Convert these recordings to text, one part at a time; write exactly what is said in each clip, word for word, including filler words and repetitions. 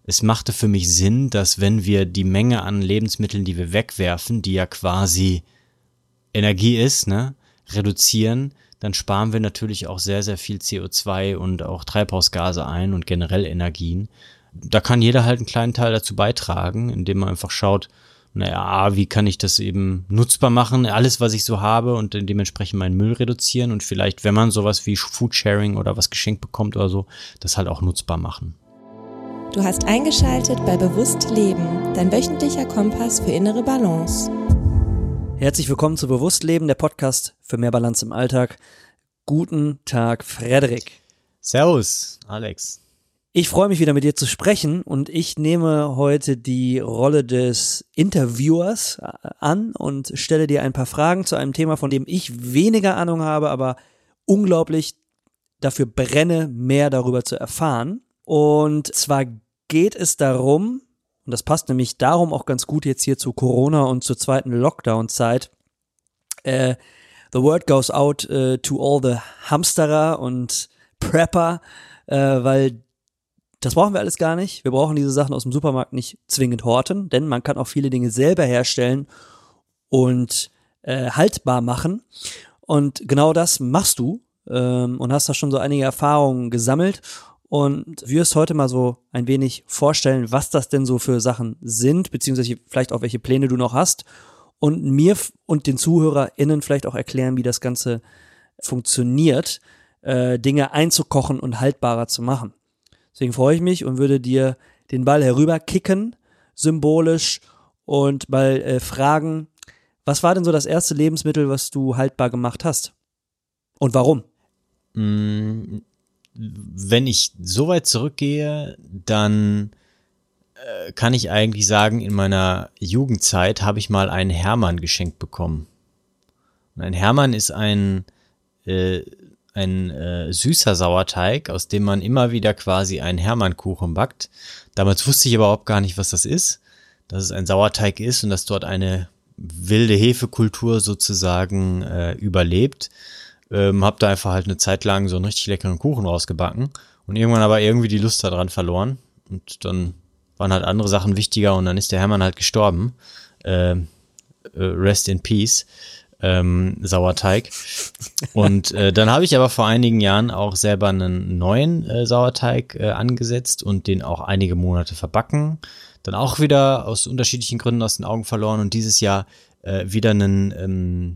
es machte für mich Sinn, dass wenn wir die Menge an Lebensmitteln, die wir wegwerfen, die ja quasi Energie ist, ne, reduzieren, dann sparen wir natürlich auch sehr, sehr viel C O zwei und auch Treibhausgase ein und generell Energien. Da kann jeder halt einen kleinen Teil dazu beitragen, indem man einfach schaut, naja, wie kann ich das eben nutzbar machen, alles, was ich so habe und dementsprechend meinen Müll reduzieren und vielleicht, wenn man sowas wie Foodsharing oder was geschenkt bekommt oder so, das halt auch nutzbar machen. Du hast eingeschaltet bei Bewusst Leben, dein wöchentlicher Kompass für innere Balance. Herzlich willkommen zu Bewusst Leben, der Podcast für mehr Balance im Alltag. Guten Tag, Frederik. Servus, Alex. Ich freue mich wieder mit dir zu sprechen und ich nehme heute die Rolle des Interviewers an und stelle dir ein paar Fragen zu einem Thema, von dem ich weniger Ahnung habe, aber unglaublich dafür brenne, mehr darüber zu erfahren. Und zwar geht es darum, und das passt nämlich darum auch ganz gut jetzt hier zu Corona und zur zweiten Lockdown-Zeit, äh, the word goes out uh, to all the Hamsterer und Prepper, äh, weil das brauchen wir alles gar nicht. Wir brauchen diese Sachen aus dem Supermarkt nicht zwingend horten, denn man kann auch viele Dinge selber herstellen und äh, haltbar machen. Und genau das machst du ähm, und hast da schon so einige Erfahrungen gesammelt und wirst heute mal so ein wenig vorstellen, was das denn so für Sachen sind, beziehungsweise vielleicht auch welche Pläne du noch hast und mir und den ZuhörerInnen vielleicht auch erklären, wie das Ganze funktioniert, äh, Dinge einzukochen und haltbarer zu machen. Deswegen freue ich mich und würde dir den Ball herüber kicken, symbolisch, und mal äh, fragen, was war denn so das erste Lebensmittel, was du haltbar gemacht hast? Und warum? Wenn ich so weit zurückgehe, dann äh, kann ich eigentlich sagen, in meiner Jugendzeit habe ich mal einen Hermann geschenkt bekommen. Und ein Hermann ist ein äh, ein äh, süßer Sauerteig, aus dem man immer wieder quasi einen Hermannkuchen backt. Damals wusste ich überhaupt gar nicht, was das ist, dass es ein Sauerteig ist und dass dort eine wilde Hefekultur sozusagen äh, überlebt. Ähm, hab da einfach halt eine Zeit lang so einen richtig leckeren Kuchen rausgebacken und irgendwann aber irgendwie die Lust daran verloren und dann waren halt andere Sachen wichtiger und dann ist der Hermann halt gestorben. Äh, äh, rest in peace. Ähm, Sauerteig. Und äh, dann habe ich aber vor einigen Jahren auch selber einen neuen äh, Sauerteig äh, angesetzt und den auch einige Monate verbacken. Dann auch wieder aus unterschiedlichen Gründen aus den Augen verloren und dieses Jahr äh, wieder einen ähm,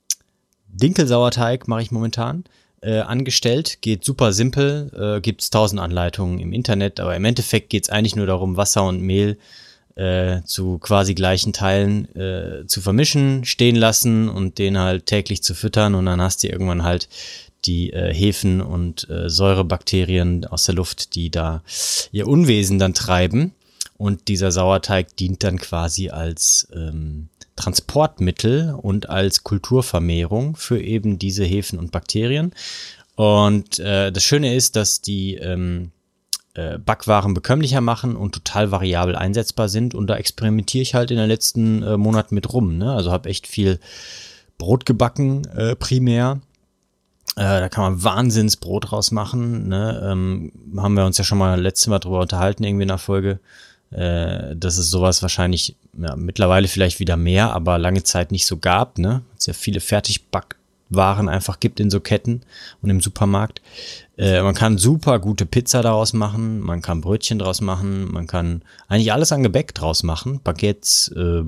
Dinkelsauerteig mache ich momentan äh, angestellt. Geht super simpel, äh, gibt's tausend Anleitungen im Internet, aber im Endeffekt geht's eigentlich nur darum, Wasser und Mehl Äh, zu quasi gleichen Teilen äh, zu vermischen, stehen lassen und den halt täglich zu füttern und dann hast du irgendwann halt die äh, Hefen und äh, Säurebakterien aus der Luft, die da ihr Unwesen dann treiben und dieser Sauerteig dient dann quasi als ähm, Transportmittel und als Kulturvermehrung für eben diese Hefen und Bakterien und äh, das Schöne ist, dass die ähm, Backwaren bekömmlicher machen und total variabel einsetzbar sind und da experimentiere ich halt in den letzten äh, Monaten mit rum, ne? Also habe echt viel Brot gebacken äh, primär, äh, da kann man Wahnsinnsbrot draus machen, ne? Ähm, haben wir uns ja schon mal letztes Mal drüber unterhalten irgendwie in der Folge, äh, dass es sowas wahrscheinlich ja, mittlerweile vielleicht wieder mehr, aber lange Zeit nicht so gab, ne? Es ja viele Fertigbackwaren einfach gibt in so Ketten und im Supermarkt. Äh, man kann super gute Pizza daraus machen, man kann Brötchen draus machen, man kann eigentlich alles an Gebäck draus machen. Baguettes, äh,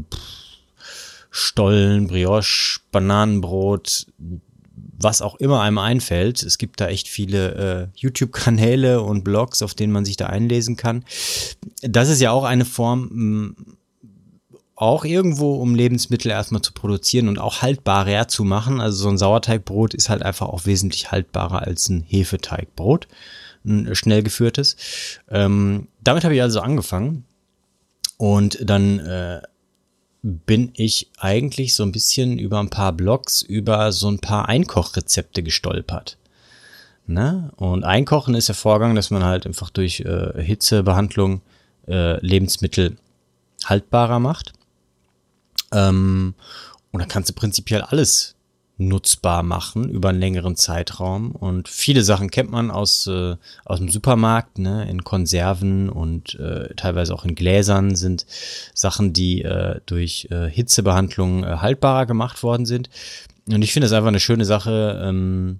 Stollen, Brioche, Bananenbrot, was auch immer einem einfällt. Es gibt da echt viele äh, YouTube-Kanäle und Blogs, auf denen man sich da einlesen kann. Das ist ja auch eine Form, mh, auch irgendwo, um Lebensmittel erstmal zu produzieren und auch haltbarer zu machen. Also so ein Sauerteigbrot ist halt einfach auch wesentlich haltbarer als ein Hefeteigbrot, ein schnell geführtes. Ähm, damit habe ich also angefangen und dann äh, bin ich eigentlich so ein bisschen über ein paar Blogs, über so ein paar Einkochrezepte gestolpert. Ne? Und Einkochen ist der Vorgang, dass man halt einfach durch äh, Hitzebehandlung äh, Lebensmittel haltbarer macht. Ähm, und da kannst du prinzipiell alles nutzbar machen über einen längeren Zeitraum. Und viele Sachen kennt man aus, äh, aus dem Supermarkt, ne? In Konserven und äh, teilweise auch in Gläsern sind Sachen, die äh, durch äh, Hitzebehandlung äh, haltbarer gemacht worden sind. Und ich finde das einfach eine schöne Sache, ähm,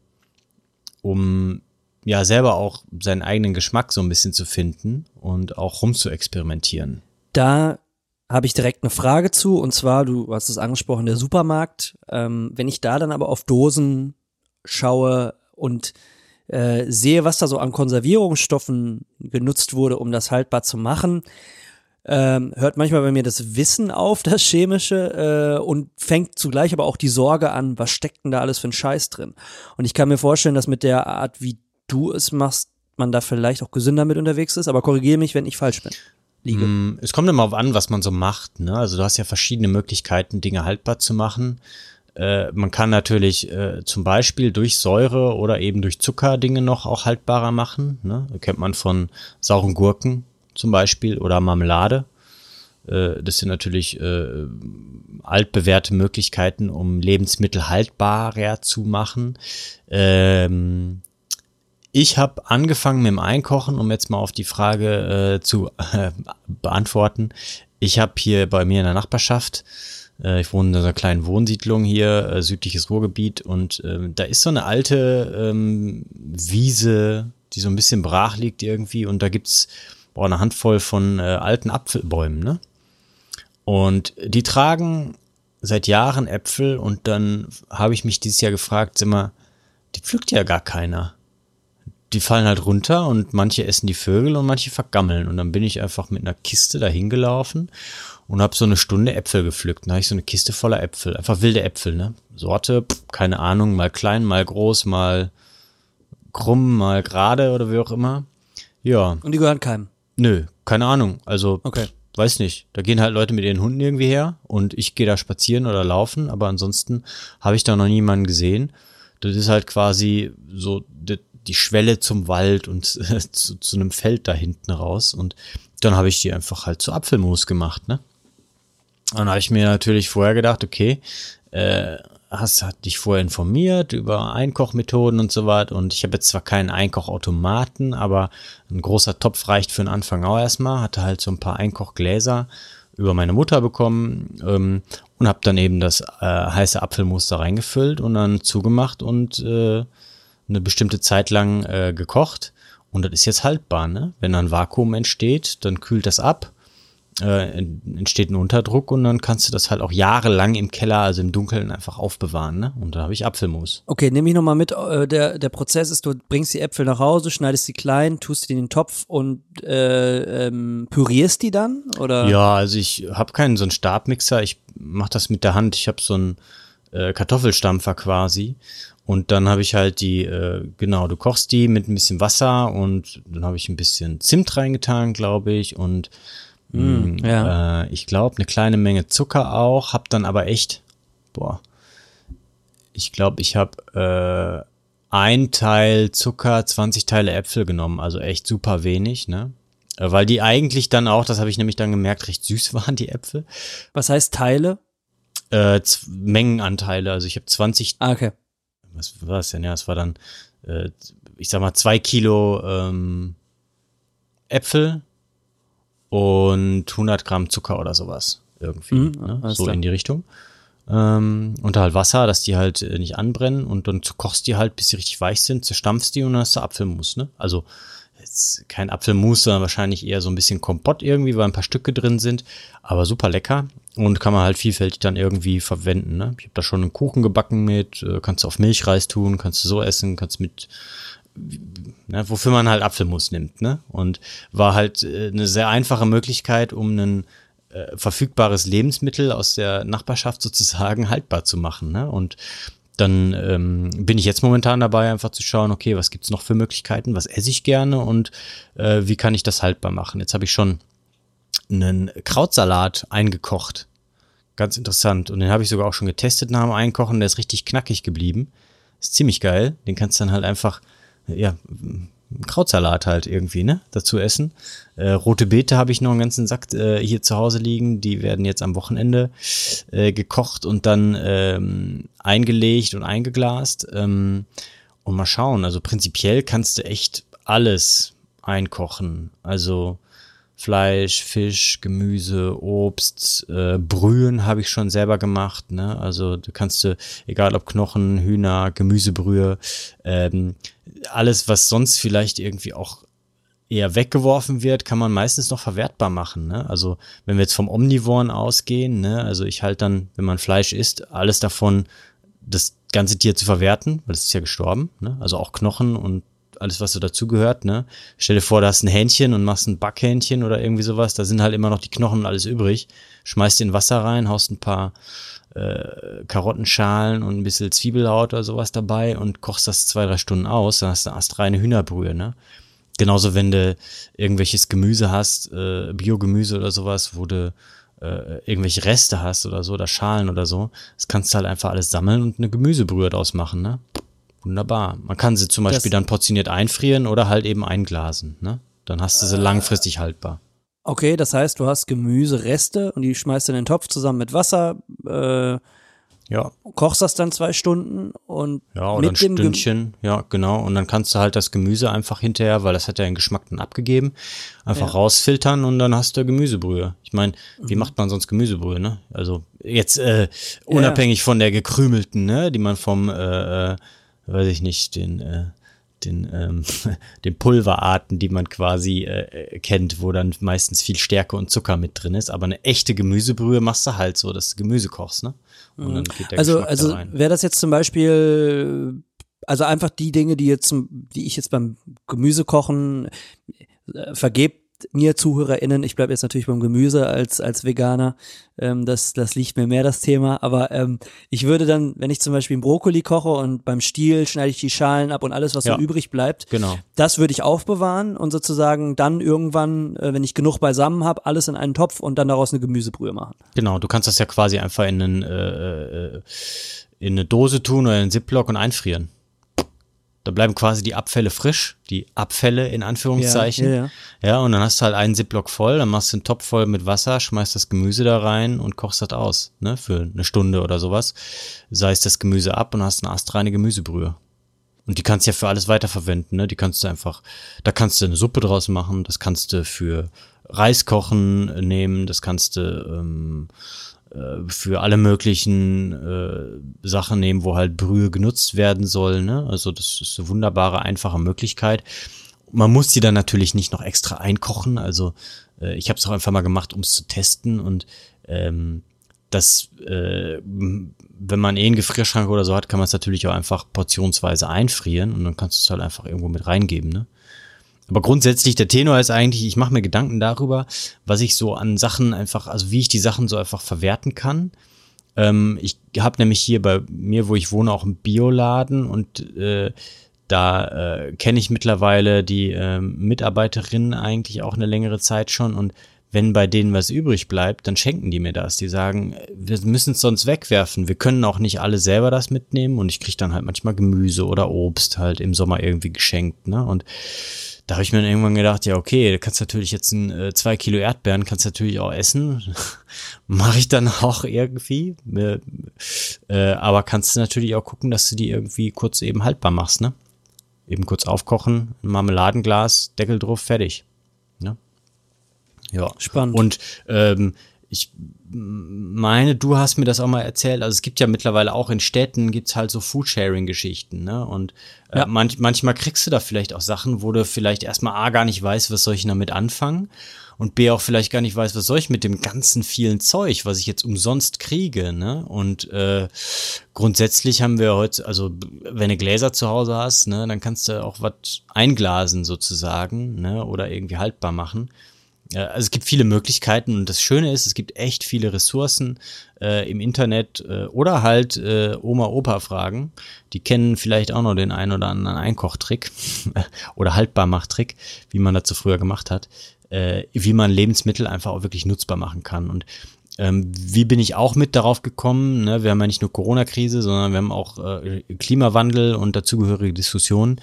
um ja selber auch seinen eigenen Geschmack so ein bisschen zu finden und auch rum zu experimentieren. Da habe ich direkt eine Frage zu, und zwar, du hast es angesprochen, der Supermarkt. Ähm, wenn ich da dann aber auf Dosen schaue und äh, sehe, was da so an Konservierungsstoffen genutzt wurde, um das haltbar zu machen, ähm, hört manchmal bei mir das Wissen auf, das Chemische, äh, und fängt zugleich aber auch die Sorge an, was steckt denn da alles für ein Scheiß drin? Und ich kann mir vorstellen, dass mit der Art, wie du es machst, man da vielleicht auch gesünder mit unterwegs ist, aber korrigiere mich, wenn ich falsch bin. Liege. Es kommt immer auf an, was man so macht, ne? Also du hast ja verschiedene Möglichkeiten, Dinge haltbar zu machen. Äh, man kann natürlich äh, zum Beispiel durch Säure oder eben durch Zucker Dinge noch auch haltbarer machen, ne? Das kennt man von sauren Gurken zum Beispiel oder Marmelade. Äh, das sind natürlich äh, altbewährte Möglichkeiten, um Lebensmittel haltbarer zu machen. Ähm, Ich habe angefangen mit dem Einkochen, um jetzt mal auf die Frage äh, zu äh, beantworten. Ich habe hier bei mir in der Nachbarschaft, äh, ich wohne in einer kleinen Wohnsiedlung hier, äh, südliches Ruhrgebiet, und äh, da ist so eine alte ähm, Wiese, die so ein bisschen brach liegt irgendwie, und da gibt's boah, eine Handvoll von äh, alten Apfelbäumen, ne? Und die tragen seit Jahren Äpfel, und dann habe ich mich dieses Jahr gefragt, sag mal, die pflückt ja gar keiner. Die fallen halt runter und manche essen die Vögel und manche vergammeln. Und dann bin ich einfach mit einer Kiste dahin gelaufen und habe so eine Stunde Äpfel gepflückt. Dann habe ich so eine Kiste voller Äpfel, einfach wilde Äpfel, ne? Sorte, pff, keine Ahnung, mal klein, mal groß, mal krumm, mal gerade oder wie auch immer. Ja. Und die gehören keinem? Nö, keine Ahnung. Also, okay. pff, weiß nicht. Da gehen halt Leute mit ihren Hunden irgendwie her und ich gehe da spazieren oder laufen, aber ansonsten habe ich da noch niemanden gesehen. Das ist halt quasi so die, die Schwelle zum Wald und äh, zu, zu einem Feld da hinten raus, und dann habe ich die einfach halt zu Apfelmus gemacht, ne? Und dann habe ich mir natürlich vorher gedacht, okay, äh, hast hat dich vorher informiert über Einkochmethoden und so weiter, und ich habe jetzt zwar keinen Einkochautomaten, aber ein großer Topf reicht für den Anfang auch erstmal, hatte halt so ein paar Einkochgläser über meine Mutter bekommen ähm, und habe dann eben das äh, heiße Apfelmus da reingefüllt und dann zugemacht und äh, eine bestimmte Zeit lang äh, gekocht, und das ist jetzt haltbar, ne? Wenn dann Vakuum entsteht, dann kühlt das ab, äh, entsteht ein Unterdruck, und dann kannst du das halt auch jahrelang im Keller, also im Dunkeln, einfach aufbewahren, ne? Und da habe ich Apfelmus. Okay, nehme ich nochmal mit. Äh, der, der Prozess ist, du bringst die Äpfel nach Hause, schneidest sie klein, tust die in den Topf und äh, ähm, pürierst die dann? Oder? Ja, also ich habe keinen so einen Stabmixer, ich mache das mit der Hand. Ich habe so einen äh, Kartoffelstampfer quasi. Und dann habe ich halt die, äh, genau, du kochst die mit ein bisschen Wasser, und dann habe ich ein bisschen Zimt reingetan, glaube ich, und mm, mh, ja. äh, ich glaube eine kleine Menge Zucker auch, hab dann aber echt, boah, ich glaube, ich habe äh, ein Teil Zucker, zwanzig Teile Äpfel genommen, also echt super wenig, ne? Äh, weil die eigentlich dann auch, das habe ich nämlich dann gemerkt, recht süß waren, die Äpfel. Was heißt Teile? Äh, Z- Mengenanteile, also ich habe zwanzig Ah, okay. Was war das denn? Ja, es war dann, äh, ich sag mal, zwei Kilo ähm, Äpfel und hundert Gramm Zucker oder sowas. Irgendwie, Mhm, ne? alles So klar. in die Richtung. Ähm, und halt Wasser, dass die halt äh, nicht anbrennen, und dann kochst die halt, bis die richtig weich sind, zerstampfst die, und dann hast du Apfelmus, ne? Also jetzt kein Apfelmus, sondern wahrscheinlich eher so ein bisschen Kompott irgendwie, weil ein paar Stücke drin sind, aber super lecker. Und kann man halt vielfältig dann irgendwie verwenden, ne? Ich habe da schon einen Kuchen gebacken mit, äh, kannst du auf Milchreis tun, kannst du so essen, kannst mit, ne, wofür man halt Apfelmus nimmt, ne? Und war halt äh, eine sehr einfache Möglichkeit, um ein äh, verfügbares Lebensmittel aus der Nachbarschaft sozusagen haltbar zu machen, ne? Und dann ähm, bin ich jetzt momentan dabei, einfach zu schauen, okay, was gibt's noch für Möglichkeiten, was esse ich gerne und äh, wie kann ich das haltbar machen? Jetzt habe ich schon einen Krautsalat eingekocht. Ganz interessant. Und den habe ich sogar auch schon getestet nach dem Einkochen. Der ist richtig knackig geblieben. Ist ziemlich geil. Den kannst du dann halt einfach, ja, Krautsalat halt irgendwie, ne, dazu essen. Äh, rote Beete habe ich noch einen ganzen Sack äh, hier zu Hause liegen, die werden jetzt am Wochenende äh, gekocht und dann ähm, eingelegt und eingeglast. Ähm, und mal schauen, also prinzipiell kannst du echt alles einkochen, also Fleisch, Fisch, Gemüse, Obst, äh, Brühen habe ich schon selber gemacht, ne? Also du kannst du, egal ob Knochen, Hühner, Gemüsebrühe, ähm, alles, was sonst vielleicht irgendwie auch eher weggeworfen wird, kann man meistens noch verwertbar machen, ne? Also wenn wir jetzt vom Omnivoren ausgehen, ne? Also ich halte dann, wenn man Fleisch isst, alles davon, das ganze Tier zu verwerten, weil es ist ja gestorben, ne? Also auch Knochen und alles, was so dazugehört, ne? Stell dir vor, da hast ein Hähnchen und machst ein Backhähnchen oder irgendwie sowas, da sind halt immer noch die Knochen und alles übrig. Schmeißt in Wasser rein, haust ein paar äh, Karottenschalen und ein bisschen Zwiebelhaut oder sowas dabei und kochst das zwei, drei Stunden aus, dann hast du eine astreine Hühnerbrühe, ne? Genauso, wenn du irgendwelches Gemüse hast, äh, Biogemüse oder sowas, wo du äh, irgendwelche Reste hast oder so, oder Schalen oder so, das kannst du halt einfach alles sammeln und eine Gemüsebrühe draus machen, ne? Wunderbar. Man kann sie zum Beispiel das dann portioniert einfrieren oder halt eben einglasen, ne? Dann hast du sie äh, langfristig haltbar. Okay, das heißt, du hast Gemüsereste und die schmeißt du in den Topf zusammen mit Wasser, äh, ja. kochst das dann zwei Stunden und ja, oder ein Stündchen, Gem- ja, genau. Und dann kannst du halt das Gemüse einfach hinterher, weil das hat ja den Geschmack dann abgegeben, einfach ja. rausfiltern und dann hast du Gemüsebrühe. Ich meine, wie mhm. macht man sonst Gemüsebrühe, ne? Also jetzt äh, unabhängig ja. von der gekrümelten, ne, die man vom äh, weiß ich nicht, den, äh, den, ähm, den Pulverarten, die man quasi äh, kennt, wo dann meistens viel Stärke und Zucker mit drin ist. Aber eine echte Gemüsebrühe machst du halt so, dass du Gemüse kochst, ne? Und mhm. dann geht der also, Geschmack also da rein. Wäre das jetzt zum Beispiel, also einfach die Dinge, die jetzt, die ich jetzt beim Gemüsekochen äh, vergebe, mir ZuhörerInnen, ich bleibe jetzt natürlich beim Gemüse als als Veganer, ähm, das das liegt mir mehr, das Thema, aber ähm, ich würde dann, wenn ich zum Beispiel einen Brokkoli koche und beim Stiel schneide ich die Schalen ab und alles, was ja. so übrig bleibt, genau. das würde ich aufbewahren und sozusagen dann irgendwann, äh, wenn ich genug beisammen habe, alles in einen Topf und dann daraus eine Gemüsebrühe machen. Genau, du kannst das ja quasi einfach in, einen, äh, in eine Dose tun oder in einen Ziplock und einfrieren. Da bleiben quasi die Abfälle frisch, die Abfälle in Anführungszeichen. Ja, ja, ja. ja, und dann hast du halt einen Ziplock voll, dann machst du einen Topf voll mit Wasser, schmeißt das Gemüse da rein und kochst das aus, ne, für eine Stunde oder sowas. Seist das Gemüse ab und hast eine astreine Gemüsebrühe. Und die kannst du ja für alles weiterverwenden, ne, die kannst du einfach, da kannst du eine Suppe draus machen, das kannst du für Reis kochen nehmen, das kannst du, ähm, für alle möglichen äh, Sachen nehmen, wo halt Brühe genutzt werden soll, ne? Also das ist eine wunderbare, einfache Möglichkeit. Man muss die dann natürlich nicht noch extra einkochen, also äh, ich habe es auch einfach mal gemacht, um es zu testen und ähm, das, äh, wenn man eh einen Gefrierschrank oder so hat, kann man es natürlich auch einfach portionsweise einfrieren und dann kannst du es halt einfach irgendwo mit reingeben, ne? Aber grundsätzlich, der Tenor ist eigentlich, ich mache mir Gedanken darüber, was ich so an Sachen einfach, also wie ich die Sachen so einfach verwerten kann. Ähm, ich habe nämlich hier bei mir, wo ich wohne, auch einen Bioladen und äh, da äh, kenne ich mittlerweile die äh, Mitarbeiterinnen eigentlich auch eine längere Zeit schon und wenn bei denen was übrig bleibt, dann schenken die mir das. Die sagen, wir müssen es sonst wegwerfen. Wir können auch nicht alle selber das mitnehmen und ich kriege dann halt manchmal Gemüse oder Obst halt im Sommer irgendwie geschenkt, ne? Und da habe ich mir dann irgendwann gedacht, ja okay, du kannst natürlich jetzt ein, äh, zwei Kilo Erdbeeren, kannst natürlich auch essen. Mache ich dann auch irgendwie. Äh, äh, aber kannst du natürlich auch gucken, dass du die irgendwie kurz eben haltbar machst, ne? Eben kurz aufkochen, ein Marmeladenglas, Deckel drauf, fertig. Ne? Ja. Spannend. Und ähm, ich meine, du hast mir das auch mal erzählt, also es gibt ja mittlerweile auch in Städten gibt's halt so Foodsharing-Geschichten, ne? Und äh, ja. manch, manchmal kriegst du da vielleicht auch Sachen, wo du vielleicht erstmal A gar nicht weißt, was soll ich damit anfangen und B auch vielleicht gar nicht weiß, was soll ich mit dem ganzen vielen Zeug, was ich jetzt umsonst kriege, ne? Und äh, grundsätzlich haben wir heute, also wenn du Gläser zu Hause hast, ne, dann kannst du auch was einglasen sozusagen, ne? Oder irgendwie haltbar machen. Also es gibt viele Möglichkeiten und das Schöne ist, es gibt echt viele Ressourcen äh, im Internet äh, oder halt äh, Oma, Opa fragen. Die kennen vielleicht auch noch den einen oder anderen Einkochtrick oder Haltbarmachtrick, wie man das so früher gemacht hat, äh, wie man Lebensmittel einfach auch wirklich nutzbar machen kann. Und ähm, wie bin ich auch mit darauf gekommen? Ne? Wir haben ja nicht nur Corona-Krise, sondern wir haben auch äh, Klimawandel und dazugehörige Diskussionen.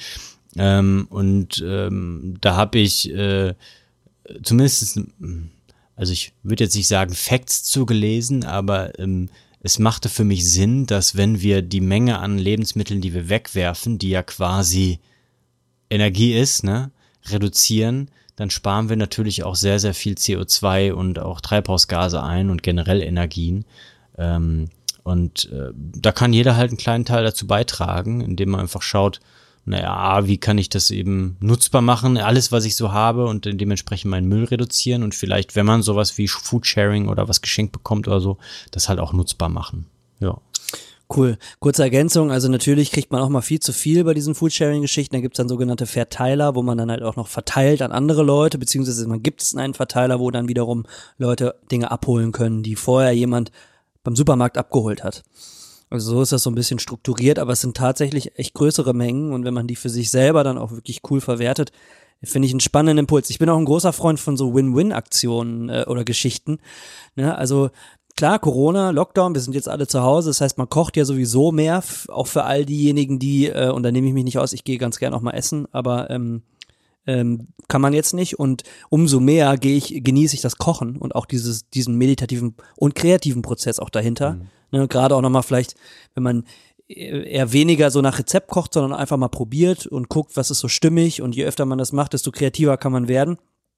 Ähm, und ähm, da habe ich äh, zumindest, also ich würde jetzt nicht sagen Facts zugelesen, aber ähm, es machte für mich Sinn, dass wenn wir die Menge an Lebensmitteln, die wir wegwerfen, die ja quasi Energie ist, ne, reduzieren, dann sparen wir natürlich auch sehr, sehr viel C O zwei und auch Treibhausgase ein und generell Energien. Ähm, und äh, da kann jeder halt einen kleinen Teil dazu beitragen, indem man einfach schaut, naja, wie kann ich das eben nutzbar machen, alles, was ich so habe und dementsprechend meinen Müll reduzieren und vielleicht, wenn man sowas wie Foodsharing oder was geschenkt bekommt oder so, das halt auch nutzbar machen. Ja. Cool. Kurze Ergänzung, also natürlich kriegt man auch mal viel zu viel bei diesen Foodsharing-Geschichten, da gibt es dann sogenannte Verteiler, wo man dann halt auch noch verteilt an andere Leute, beziehungsweise man gibt es einen Verteiler, wo dann wiederum Leute Dinge abholen können, die vorher jemand beim Supermarkt abgeholt hat. Also so ist das so ein bisschen strukturiert, aber es sind tatsächlich echt größere Mengen und wenn man die für sich selber dann auch wirklich cool verwertet, finde ich einen spannenden Impuls. Ich bin auch ein großer Freund von so Win-Win-Aktionen äh, oder Geschichten. Ne? Also klar, Corona, Lockdown, wir sind jetzt alle zu Hause, das heißt, man kocht ja sowieso mehr, f- auch für all diejenigen, die, äh, und da nehme ich mich nicht aus, ich gehe ganz gern auch mal essen, aber ähm, ähm, kann man jetzt nicht und umso mehr gehe ich, genieße ich das Kochen und auch dieses, diesen meditativen und kreativen Prozess auch dahinter. Mhm. Ne, gerade auch nochmal vielleicht, wenn man eher weniger so nach Rezept kocht, sondern einfach mal probiert und guckt, was ist so stimmig und je öfter man das macht, desto kreativer kann man werden.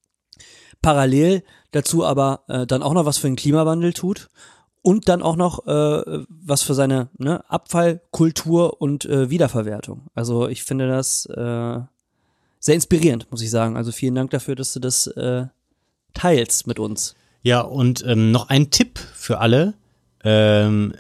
Parallel dazu aber äh, dann auch noch was für den Klimawandel tut und dann auch noch äh, was für seine ne, Abfallkultur und äh, Wiederverwertung. Also ich finde das äh, sehr inspirierend, muss ich sagen. Also vielen Dank dafür, dass du das äh, teilst mit uns. Ja, und ähm, noch ein Tipp für alle, ähm,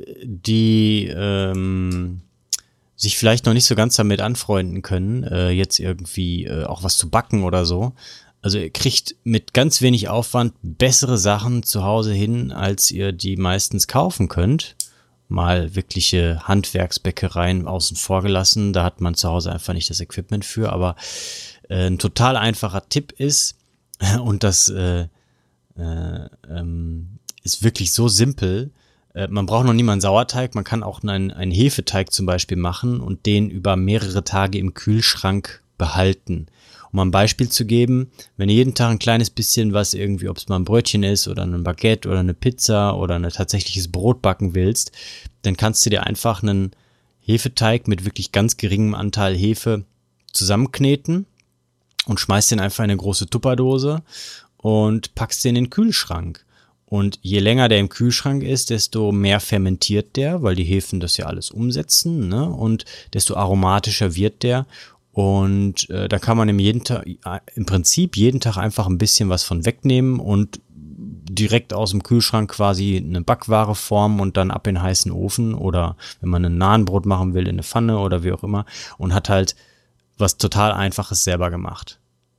die ähm, sich vielleicht noch nicht so ganz damit anfreunden können, äh, jetzt irgendwie äh, auch was zu backen oder so. Also ihr kriegt mit ganz wenig Aufwand bessere Sachen zu Hause hin, als ihr die meistens kaufen könnt. Mal wirkliche Handwerksbäckereien außen vor gelassen, da hat man zu Hause einfach nicht das Equipment für, aber äh, ein total einfacher Tipp ist, und das äh, äh, ähm, ist wirklich so simpel, äh, man braucht noch nie mal einen Sauerteig, man kann auch einen, einen Hefeteig zum Beispiel machen und den über mehrere Tage im Kühlschrank behalten. Um mal ein Beispiel zu geben, wenn ihr jeden Tag ein kleines bisschen was irgendwie, ob es mal ein Brötchen ist oder ein Baguette oder eine Pizza oder ein tatsächliches Brot backen willst, dann kannst du dir einfach einen Hefeteig mit wirklich ganz geringem Anteil Hefe zusammenkneten und schmeißt den einfach in eine große Tupperdose und packst den in den Kühlschrank. Und je länger der im Kühlschrank ist, desto mehr fermentiert der, weil die Hefen das ja alles umsetzen, ne? Und desto aromatischer wird der. Und äh, da kann man im, jeden Tag, im Prinzip jeden Tag einfach ein bisschen was von wegnehmen und direkt aus dem Kühlschrank quasi eine Backware formen und dann ab in den heißen Ofen oder wenn man ein Nahenbrot machen will, in eine Pfanne oder wie auch immer und hat halt was total Einfaches selber gemacht.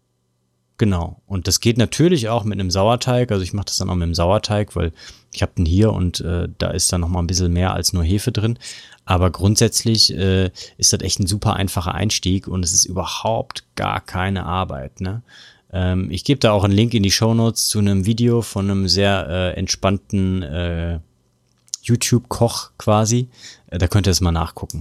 Genau. Und das geht natürlich auch mit einem Sauerteig. Also ich mache das dann auch mit einem Sauerteig, weil ich habe den hier und äh, da ist dann nochmal ein bisschen mehr als nur Hefe drin. Aber grundsätzlich äh, ist das echt ein super einfacher Einstieg und es ist überhaupt gar keine Arbeit, ne? Ähm, ich gebe da auch einen Link in die Shownotes zu einem Video von einem sehr äh, entspannten äh, YouTube-Koch quasi. Äh, da könnt ihr es mal nachgucken.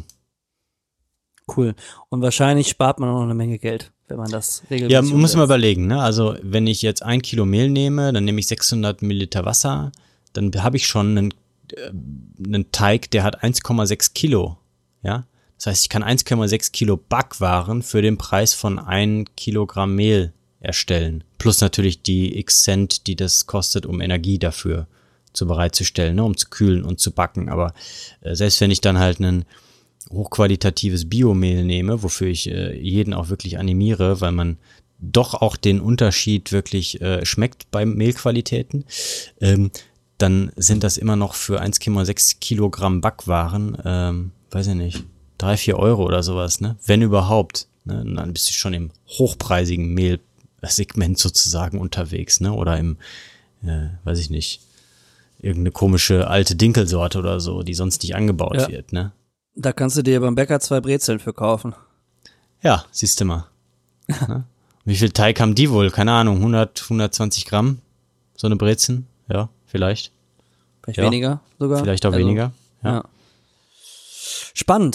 Cool. Und wahrscheinlich spart man auch noch eine Menge Geld, wenn man das regelmäßig Ja, man muss mal umsetzt. überlegen, ne? Also wenn ich jetzt ein Kilo Mehl nehme, dann nehme ich sechshundert Milliliter Wasser, dann habe ich schon einen, äh, einen Teig, der hat eins Komma sechs Kilo, ja? Das heißt, ich kann eins Komma sechs Kilo Backwaren für den Preis von ein Kilogramm Mehl erstellen. Plus natürlich die X Cent, die das kostet, um Energie dafür zu bereitzustellen, ne? Um zu kühlen und zu backen. Aber äh, selbst wenn ich dann halt einen hochqualitatives Biomehl nehme, wofür ich äh, jeden auch wirklich animiere, weil man doch auch den Unterschied wirklich äh, schmeckt bei Mehlqualitäten, ähm, dann sind das immer noch für eins Komma sechs Kilogramm Backwaren, ähm, weiß ich nicht, drei, vier Euro oder sowas, ne? Wenn überhaupt. Ne? Und dann bist du schon im hochpreisigen Mehlsegment sozusagen unterwegs, ne? Oder im, äh, weiß ich nicht, irgendeine komische alte Dinkelsorte oder so, die sonst nicht angebaut Ja. wird, ne? Da kannst du dir beim Bäcker zwei Brezeln für kaufen. Ja, siehst du mal. Ne? Wie viel Teig haben die wohl? Keine Ahnung, hundert, hundertzwanzig Gramm? So eine Brezen? Ja, vielleicht. Vielleicht Ja. weniger sogar. Vielleicht auch Also, weniger. Ja. ja. Spannend.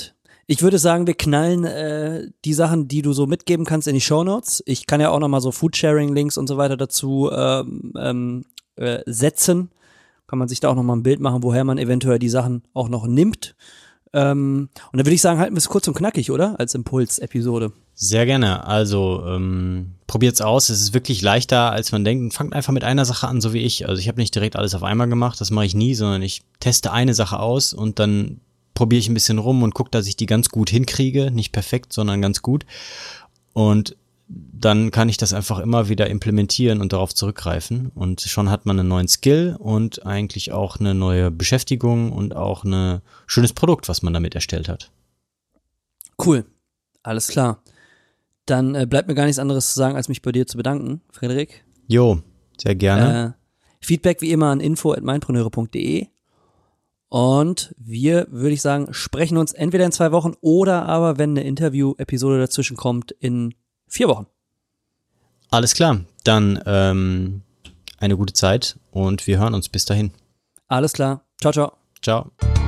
Ich würde sagen, wir knallen äh, die Sachen, die du so mitgeben kannst, in die Shownotes. Ich kann ja auch nochmal so Foodsharing-Links und so weiter dazu ähm, ähm, äh, setzen. Kann man sich da auch nochmal ein Bild machen, woher man eventuell die Sachen auch noch nimmt. Ähm, und dann würde ich sagen, halten wir es kurz und knackig, oder? Als Impuls-Episode. Sehr gerne. Also ähm, probiert's aus. Es ist wirklich leichter, als man denkt. Fangt einfach mit einer Sache an, so wie ich. Also ich habe nicht direkt alles auf einmal gemacht. Das mache ich nie, sondern ich teste eine Sache aus und dann probiere ich ein bisschen rum und gucke, dass ich die ganz gut hinkriege. Nicht perfekt, sondern ganz gut. Und dann kann ich das einfach immer wieder implementieren und darauf zurückgreifen. Und schon hat man einen neuen Skill und eigentlich auch eine neue Beschäftigung und auch ein schönes Produkt, was man damit erstellt hat. Cool. Alles klar. Dann äh, bleibt mir gar nichts anderes zu sagen, als mich bei dir zu bedanken, Frederik. Jo, sehr gerne. Äh, Feedback wie immer an info at mindpreneure punkt de. Und wir, würde ich sagen, sprechen uns entweder in zwei Wochen oder aber, wenn eine Interview-Episode dazwischen kommt, in vier Wochen. Alles klar, dann ähm, eine gute Zeit und wir hören uns bis dahin. Alles klar. Ciao, ciao. Ciao.